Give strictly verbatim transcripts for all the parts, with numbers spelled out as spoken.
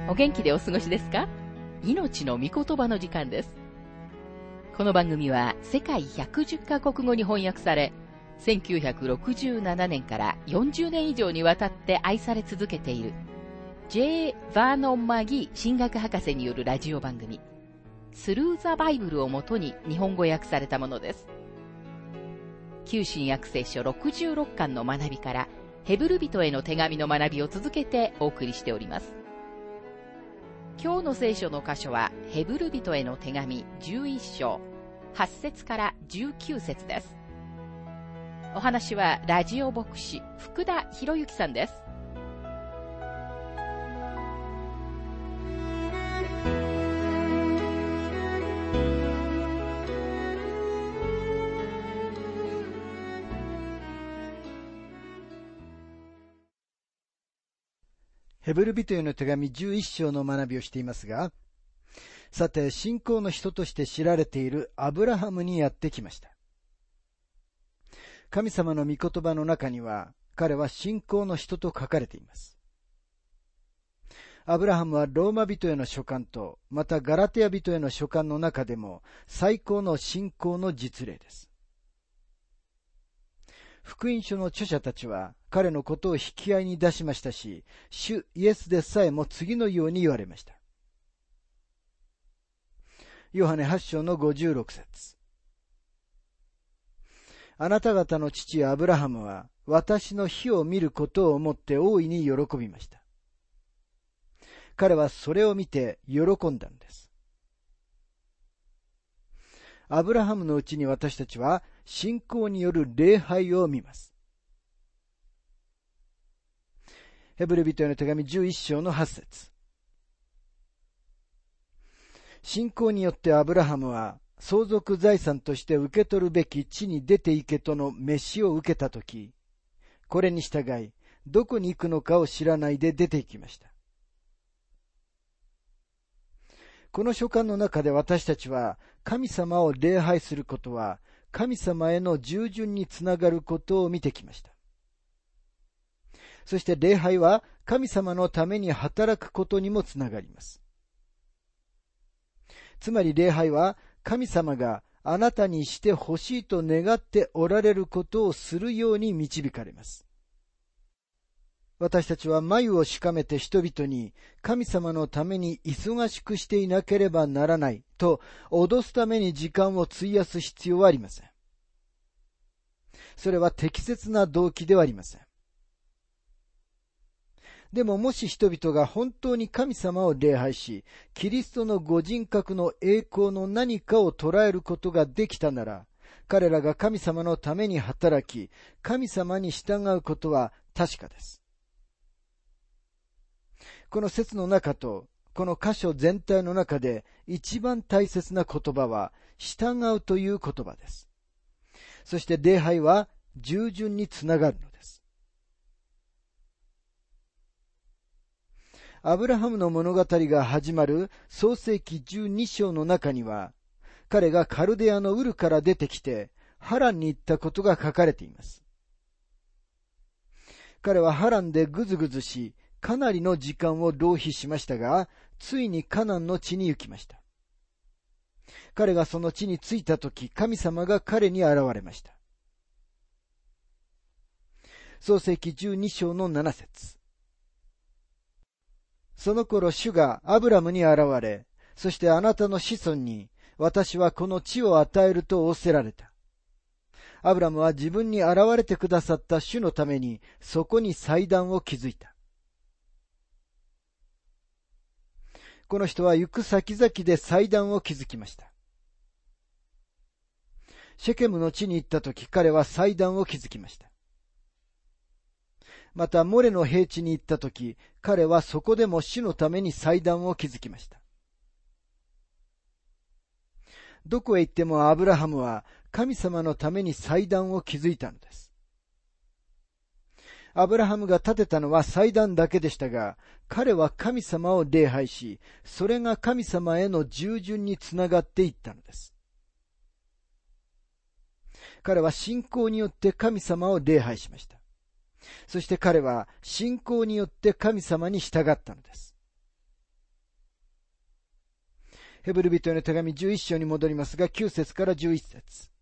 お元気でお過ごしですか？命の御言葉の時間です。この番組は世界ひゃくじゅっカ国語に翻訳され、せんきゅうひゃくろくじゅうななねんからよんじゅうねん以上にわたって愛され続けている ジェイ・ヴァーノン・マギ神学博士によるラジオ番組スルー・ザ・バイブルをもとに日本語訳されたものです。旧新約聖書ろくじゅうろっかんの学びからヘブル人への手紙の学びを続けてお送りしております。今日の聖書の箇所はヘブル人への手紙じゅういっしょうはちせつからじゅうきゅうせつです。お話はラジオ牧師福田博之さんです。 ヘブル人への手紙じゅういっしょうの学びをしていますが、さて、信仰の人として知られているアブラハムにやってきました。神様の御言葉の中には、彼は信仰の人と書かれています。アブラハムはローマ人への書簡と、またガラテヤ人への書簡の中でも最高の信仰の実例です。福音書の著者たちは彼のことを引き合いに出しましたし、主イエスでさえも次のように言われました。ヨハネはちしょうのごじゅうろくせつ。あなた方の父アブラハムは私の日を見ることを思って大いに喜びました。彼はそれを見て喜んだんです。アブラハムのうちに私たちは信仰による礼拝を見ます。ヘブル人への手紙じゅういっしょうのはちせつ。信仰によってアブラハムは相続財産として受け取るべき地に出て行けとの召しを受けたとき、これに従い、どこに行くのかを知らないで出て行きました。この書簡の中で私たちは神様を礼拝することは神様への従順につながることを見てきました。そして礼拝は神様のために働くことにもつながります。つまり礼拝は神様があなたにしてほしいと願っておられることをするように導かれます。私たちは眉をしかめて人々に神様のために忙しくしていなければならないと脅すために時間を費やす必要はありません。それは適切な動機ではありません。でももし人々が本当に神様を礼拝し、キリストのご人格の栄光の何かを捉えることができたなら、彼らが神様のために働き、神様に従うことは確かです。この説の中と、この箇所全体の中で一番大切な言葉は、従うという言葉です。そして礼拝は従順につながるのです。アブラハムの物語が始まる創世記じゅうにしょうの中には、彼がカルデアのウルから出てきて、ハランに行ったことが書かれています。彼はハランでぐずぐずし、かなりの時間を浪費しましたが、ついにカナンの地に行きました。彼がその地に着いたとき、神様が彼に現れました。創世記じゅうにしょうのななせつ。その頃主がアブラムに現れ、そしてあなたの子孫に、私はこの地を与えると仰せられた。アブラムは自分に現れてくださった主のために、そこに祭壇を築いた。この人は行く先々で祭壇を築きました。シェケムの地に行ったとき、彼は祭壇を築きました。また、モレの平地に行ったとき、彼はそこでも主のために祭壇を築きました。どこへ行ってもアブラハムは神様のために祭壇を築いたのです。アブラハムが建てたのは祭壇だけでしたが、彼は神様を礼拝し、それが神様への従順につながっていったのです。彼は信仰によって神様を礼拝しました。そして彼は信仰によって神様に従ったのです。 ヘブル人への手紙じゅういっ章に戻りますが、きゅう節からじゅういち節。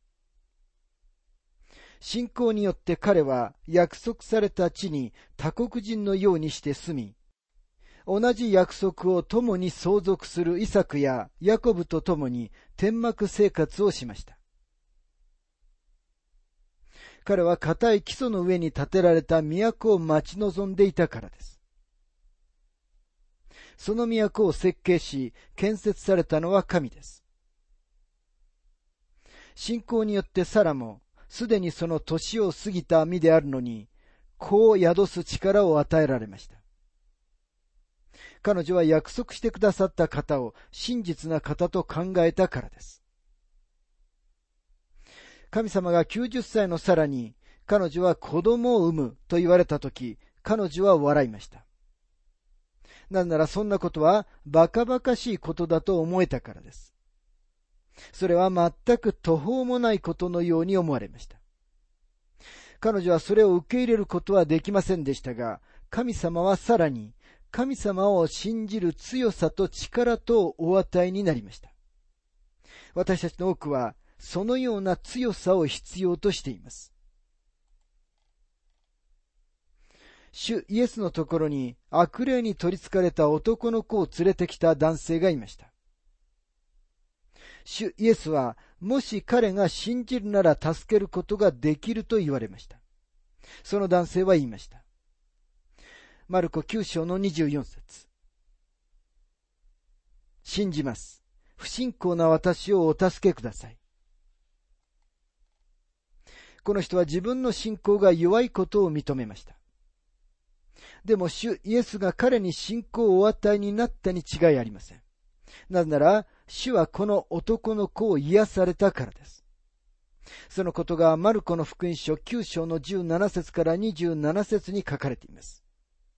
信仰によって彼は約束された地に他国人のようにして住み、同じ約束を共に相続するイサクやヤコブと共に天幕生活をしました。彼は固い基礎の上に建てられた都を待ち望んでいたからです。その都を設計し、建設されたのは神です。信仰によってサラも、すでにその年を過ぎた身であるのに、子を宿す力を与えられました。彼女は約束してくださった方を真実な方と考えたからです。神様がきゅうじゅっさいのサラに、彼女は子供を産むと言われたとき、彼女は笑いました。なぜならそんなことはバカバカしいことだと思えたからです。それは全く途方もないことのように思われました。彼女はそれを受け入れることはできませんでしたが、神様はさらに神様を信じる強さと力とお与えになりました。私たちの多くはそのような強さを必要としています。主イエスのところに悪霊に取り憑かれた男の子を連れてきた男性がいました。主イエスは、もし彼が信じるなら助けることができると言われました。その男性は言いました。マルコきゅう章のにじゅうよん節。信じます。不信仰な私をお助けください。この人は自分の信仰が弱いことを認めました。でも主イエスが彼に信仰をお与えになったに違いありません。なぜなら、主はこの男の子を癒されたからです。そのことがマルコの福音書きゅう章のじゅうなな節からにじゅうなな節に書かれています。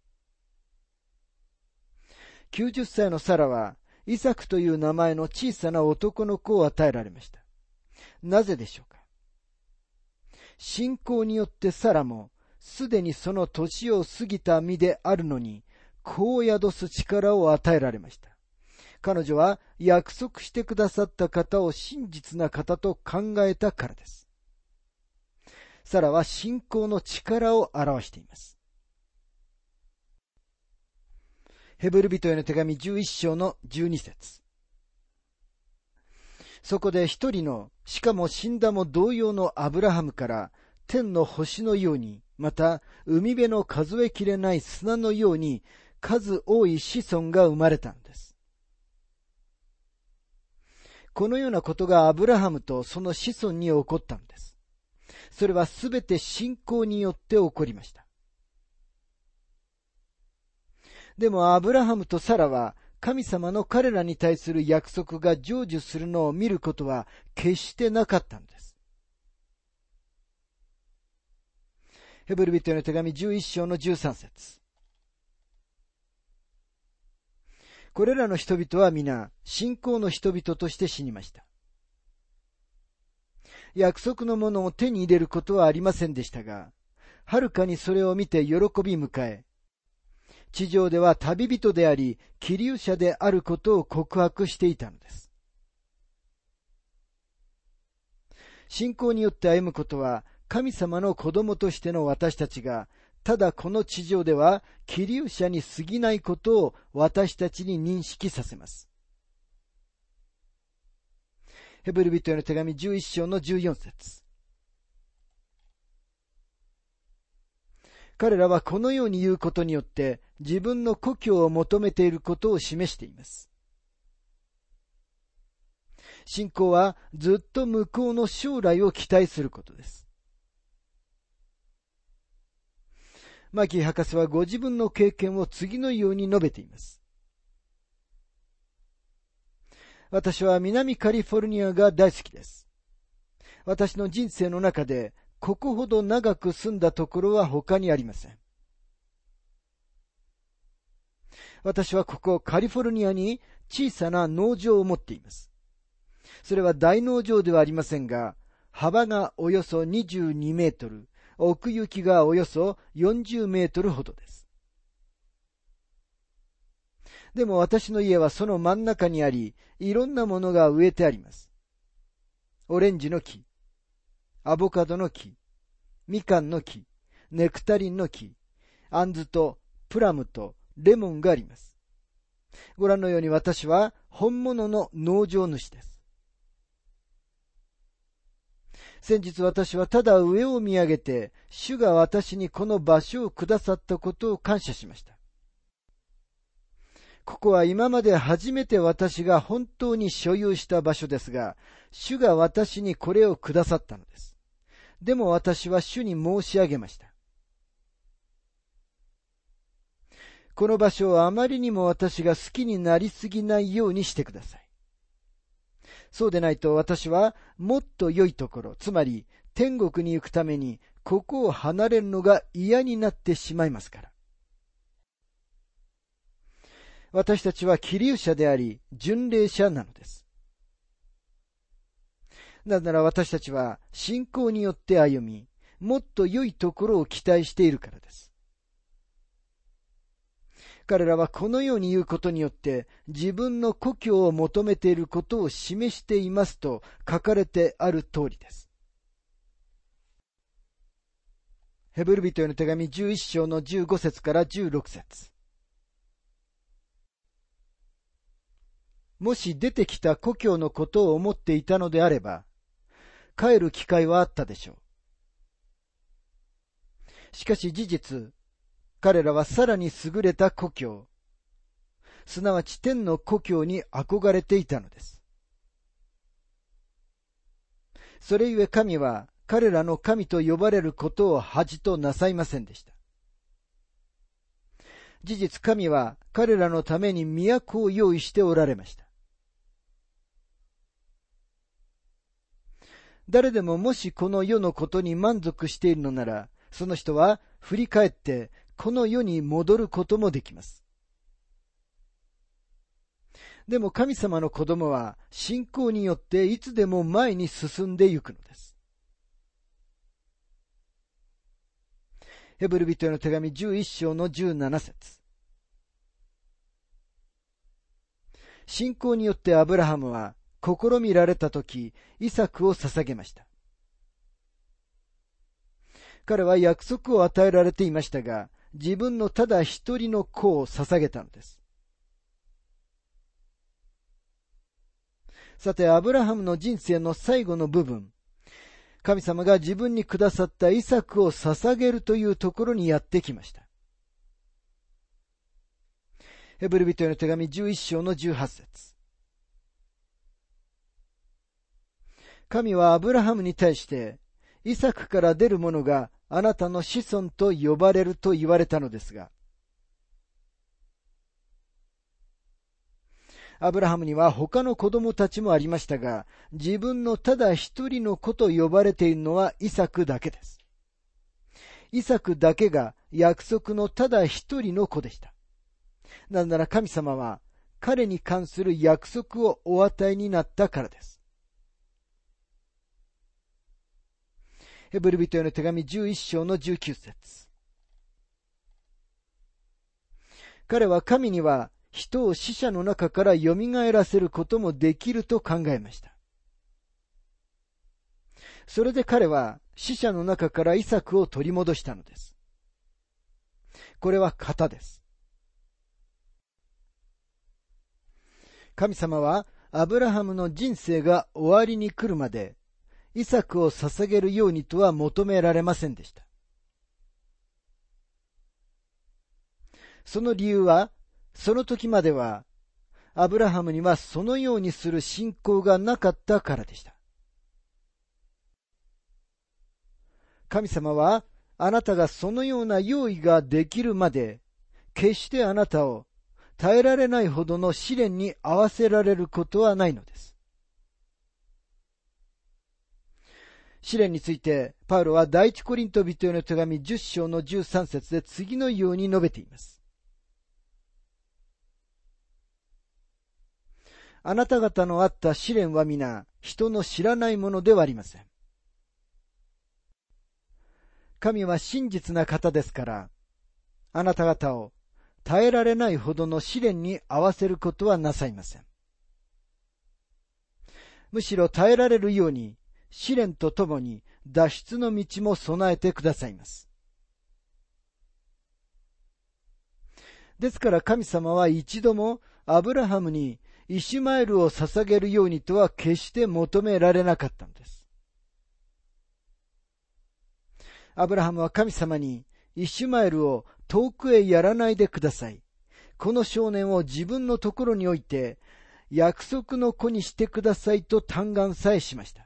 きゅうじゅっさいのサラは、イサクという名前の小さな男の子を与えられました。なぜでしょうか。信仰によってサラも、すでにその年を過ぎた身であるのに、子を宿す力を与えられました。彼女は約束してくださった方を真実な方と考えたからです。サラは信仰の力を表しています。ヘブル人への手紙じゅういっ章のじゅうに節。そこで一人の、しかも死んだも同様のアブラハムから天の星のように、また海辺の数えきれない砂のように数多い子孫が生まれたんです。このようなことがアブラハムとその子孫に起こったのです。それはすべて信仰によって起こりました。でもアブラハムとサラは神様の彼らに対する約束が成就するのを見ることは決してなかったのです。ヘブル人への手紙じゅういっ章のじゅうさん節。これらの人々は皆、信仰の人々として死にました。約束のものを手に入れることはありませんでしたが、はるかにそれを見て喜び迎え、地上では旅人であり、寄留者であることを告白していたのです。信仰によって歩むことは、神様の子供としての私たちが、ただこの地上では寄留者に過ぎないことを私たちに認識させます。ヘブル人への手紙じゅういっ章のじゅうよん節。彼らはこのように言うことによって自分の故郷を求めていることを示しています。信仰はずっと向こうの将来を期待することです。マキー博士はご自分の経験を次のように述べています。私は南カリフォルニアが大好きです。私の人生の中でここほど長く住んだところは他にありません。私はここカリフォルニアに小さな農場を持っています。それは大農場ではありませんが、幅がおよそにじゅうにメートル、奥行きがおよそよんじゅうメートルほどです。 でも私の家はその真ん中にあり、いろんなものが植えてあります。オレンジの木、アボカドの木、みかんの木、ネクタリンの木、アンズとプラムとレモンがあります。ご覧のように私は本物の農場主です。先日私はただ上を見上げて、主が私にこの場所をくださったことを感謝しました。ここは今まで初めて私が本当に所有した場所ですが、主が私にこれをくださったのです。でも私は主に申し上げました。この場所をあまりにも私が好きになりすぎないようにしてください。そうでないと私はもっと良いところ、つまり天国に行くためにここを離れるのが嫌になってしまいますから。私たちは希留者であり、巡礼者なのです。なぜなら私たちは信仰によって歩み、もっと良いところを期待しているからです。彼らはこのように言うことによって自分の故郷を求めていることを示していますと書かれてある通りです。ヘブル人への手紙じゅういっ章のじゅうご節からじゅうろく節。もし出てきた故郷のことを思っていたのであれば、帰る機会はあったでしょう。しかし事実、彼らはさらに優れた故郷、すなわち天の故郷に憧れていたのです。それゆえ神は彼らの神と呼ばれることを恥となさいませんでした。事実神は彼らのために都を用意しておられました。誰でももしこの世のことに満足しているのなら、その人は振り返ってこの世に戻ることもできます。でも神様の子供は信仰によっていつでも前に進んでゆくのです。ヘブル人への手紙じゅういっ章のじゅうなな節。信仰によってアブラハムは試みられたとき、イサクを捧げました。彼は約束を与えられていましたが、自分のただ一人の子を捧げたのです。さて、アブラハムの人生の最後の部分、神様が自分にくださったイサクを捧げるというところにやってきました。ヘブル人への手紙じゅういっ章のじゅうはち節。神はアブラハムに対して、イサクから出るものがあなたの子孫と呼ばれると言われたのですが、アブラハムには他の子供たちもありましたが、自分のただ一人の子と呼ばれているのはイサクだけです。イサクだけが約束のただ一人の子でした。なぜなら神様は彼に関する約束をお与えになったからです。ヘブル人への手紙じゅういっ章のじゅうきゅう節。彼は神には人を死者の中から蘇らせることもできると考えました。それで彼は死者の中からイサクを取り戻したのです。これは型です。神様はアブラハムの人生が終わりに来るまでイサクを捧げるようにとは求められませんでした。その理由は、その時まではアブラハムにはそのようにする信仰がなかったからでした。神様はあなたがそのような用意ができるまで決してあなたを耐えられないほどの試練に合わせられることはないのです。試練についてパウロは第一コリント人への手紙じゅっ章のじゅうさん節で次のように述べています。あなた方のあった試練は皆人の知らないものではありません。神は真実な方ですから、あなた方を耐えられないほどの試練に合わせることはなさいません。むしろ耐えられるように、試練とともに脱出の道も備えてくださいます。ですから神様は一度もアブラハムにイシュマエルを捧げるようにとは決して求められなかったのです。アブラハムは神様にイシュマエルを遠くへやらないでください。この少年を自分のところに置いて約束の子にしてくださいと嘆願さえしました。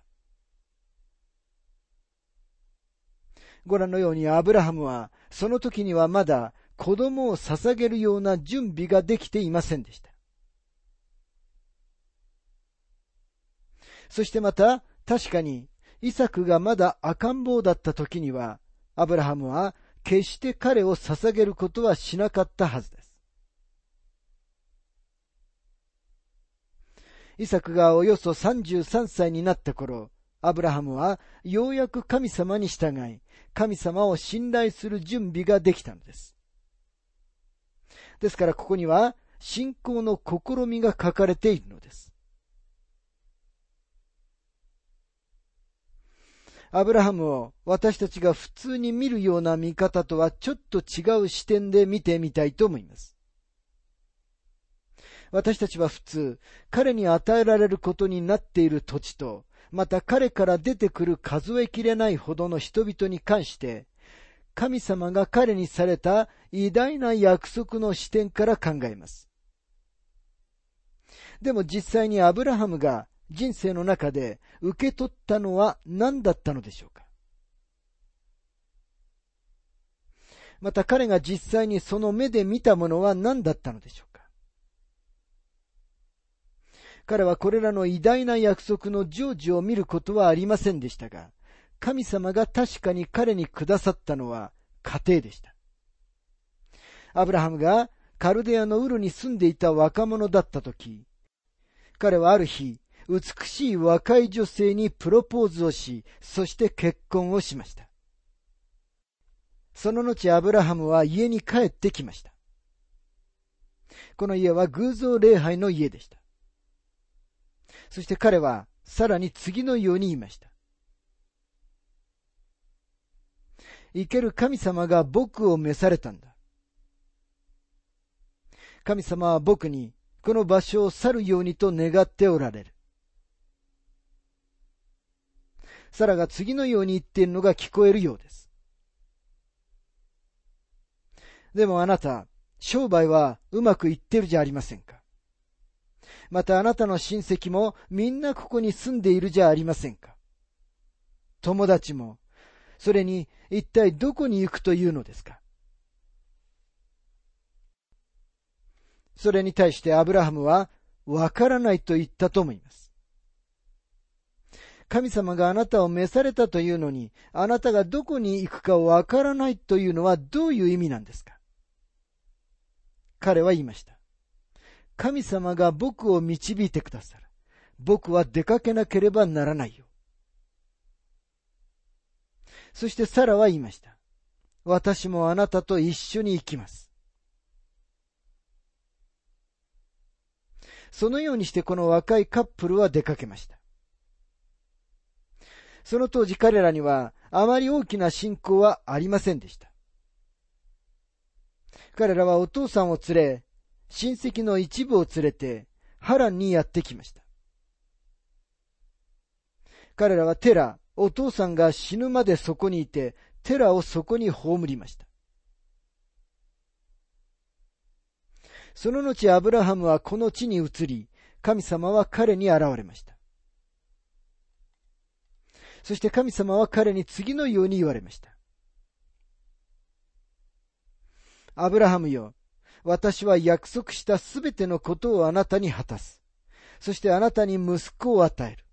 ご覧のようにアブラハムはその時にはまだ子供を捧げるような準備ができていませんでした。そしてまた確かにイサクがまだ赤ん坊だった時にはアブラハムは決して彼を捧げることはしなかったはずです。イサクがおよそさんじゅうさんさいになった頃、アブラハムはようやく神様に従い、神様を信頼する準備ができたのです。ですからここには信仰の試みが書かれているのです。アブラハムを私たちが普通に見るような見方とはちょっと違う視点で見てみたいと思います。私たちは普通、彼に与えられることになっている土地と、また彼から出てくる数えきれないほどの人々に関して、神様が彼にされた偉大な約束の視点から考えます。でも実際にアブラハムが人生の中で受け取ったのは何だったのでしょうか。また彼が実際にその目で見たものは何だったのでしょうか。彼はこれらの偉大な約束の成就を見ることはありませんでしたが、神様が確かに彼にくださったのは家庭でした。アブラハムがカルデアのウルに住んでいた若者だったとき、彼はある日、美しい若い女性にプロポーズをし、そして結婚をしました。その後アブラハムは家に帰ってきました。この家は偶像礼拝の家でした。そして彼はさらに次のように言いました。生ける神様が僕を召されたんだ。神様は僕にこの場所を去るようにと願っておられる。サラが次のように言っているのが聞こえるようです。でもあなた、商売はうまくいってるじゃありませんか。またあなたの親戚もみんなここに住んでいるじゃありませんか。友達も、それに一体どこに行くというのですか。それに対してアブラハムはわからないと言ったと思います。神様があなたを召されたというのに、あなたがどこに行くかわからないというのはどういう意味なんですか。彼は言いました。神様が僕を導いてくださる。僕は出かけなければならないよ。そしてサラは言いました。私もあなたと一緒に行きます。そのようにしてこの若いカップルは出かけました。その当時彼らにはあまり大きな信仰はありませんでした。彼らはお父さんを連れ、親戚の一部を連れてハランにやってきました。彼らはテラ、お父さんが死ぬまでそこにいて、テラをそこに葬りました。その後アブラハムはこの地に移り、神様は彼に現れました。そして神様は彼に次のように言われました。アブラハムよ、私は約束したすべてのことをあなたに果たす。そしてあなたに息子を与える。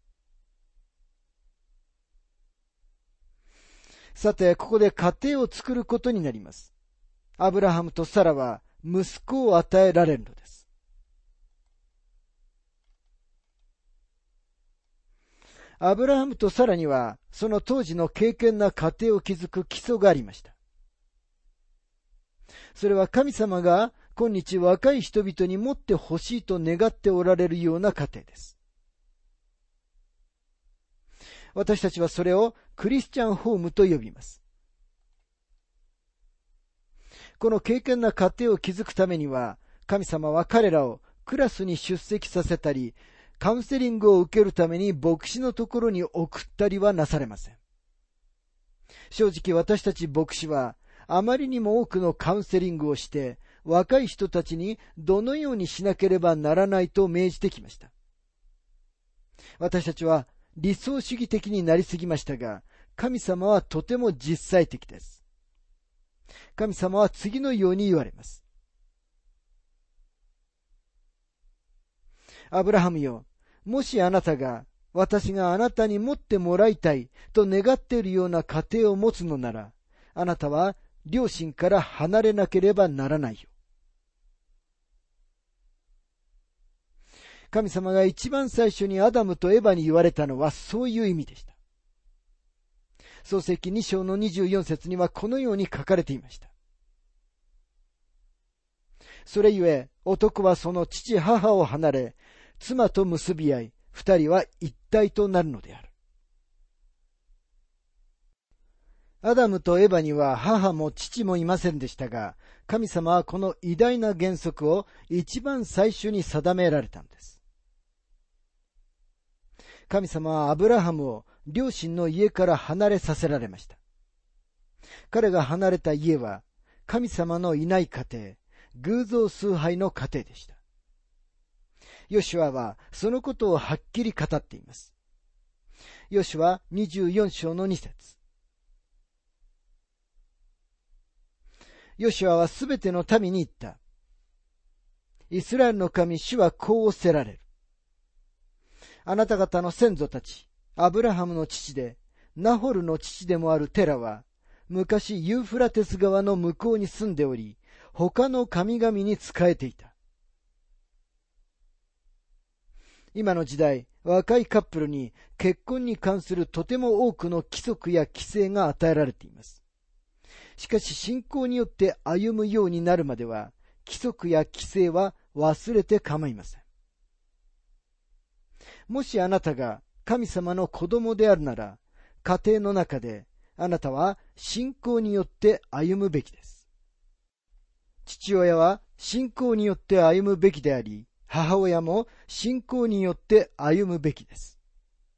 さて、ここで家庭を作ることになります。アブラハムとサラは息子を与えられるのです。アブラハムとサラには、その当時の敬虔な家庭を築く基礎がありました。それは神様が今日若い人々に持ってほしいと願っておられるような家庭です。私たちはそれをクリスチャンホームと呼びます。この敬虔な家庭を築くためには、神様は彼らをクラスに出席させたり、カウンセリングを受けるために牧師のところに送ったりはなされません。正直私たち牧師は、あまりにも多くのカウンセリングをして、若い人たちにどのようにしなければならないと命じてきました。私たちは理想主義的になりすぎましたが、神様はとても実際的です。神様は次のように言われます。アブラハムよ、もしあなたが私があなたに持ってもらいたいと願っているような家庭を持つのなら、あなたは両親から離れなければならないよ。神様が一番最初にアダムとエバに言われたのはそういう意味でした。創世記に章のにじゅうよん節にはこのように書かれていました。それゆえ男はその父母を離れ、妻と結び合い、二人は一体となるのである。アダムとエバには母も父もいませんでしたが、神様はこの偉大な原則を一番最初に定められたんです。神様はアブラハムを両親の家から離れさせられました。彼が離れた家は神様のいない家庭、偶像崇拝の家庭でした。ヨシュアはそのことをはっきり語っています。ヨシュアにじゅうよん章のに節。ヨシュアはすべての民に言った。イスラエルの神主はこうおっせられる。あなた方の先祖たち、アブラハムの父で、ナホルの父でもあるテラは、昔ユーフラテス川の向こうに住んでおり、他の神々に仕えていた。今の時代、若いカップルに結婚に関するとても多くの規則や規制が与えられています。しかし信仰によって歩むようになるまでは、規則や規制は忘れて構いません。もしあなたが神様の子供であるなら、家庭の中であなたは信仰によって歩むべきです。父親は信仰によって歩むべきであり、母親も信仰によって歩むべきです。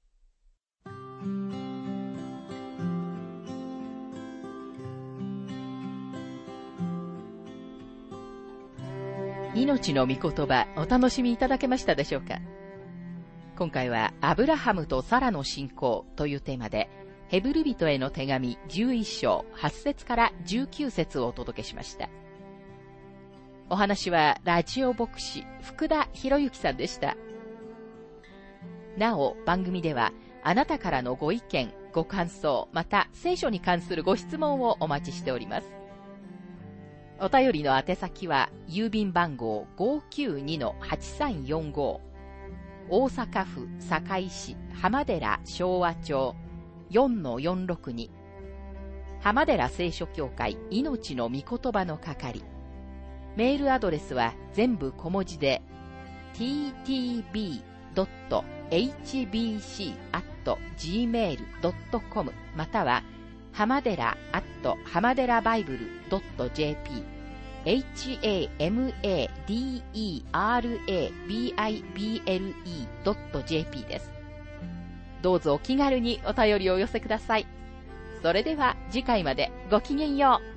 命の御言葉、お楽しみいただけましたでしょうか。今回はアブラハムとサラの信仰というテーマで、ヘブル人への手紙じゅういっ章はち節からじゅうきゅう節をお届けしました。お話はラジオ牧師福田博之さんでした。なお番組ではあなたからのご意見、ご感想、また聖書に関するご質問をお待ちしております。お便りの宛先は郵便番号 ごーきゅうにのはちさんよんご、大阪府堺市浜寺昭和町 よんのよんろくに、浜寺聖書協会命の御言葉の係。メールアドレスは全部小文字で ティーティービードットエイチビーシーアットジーメールドットコム または浜寺アット浜寺バイブルドットジェーピー エイチエーエムエーディーイーアールエービーアイビーエルイードットジェーピー です。どうぞお気軽にお便りをお寄せください。それでは次回までごきげんよう。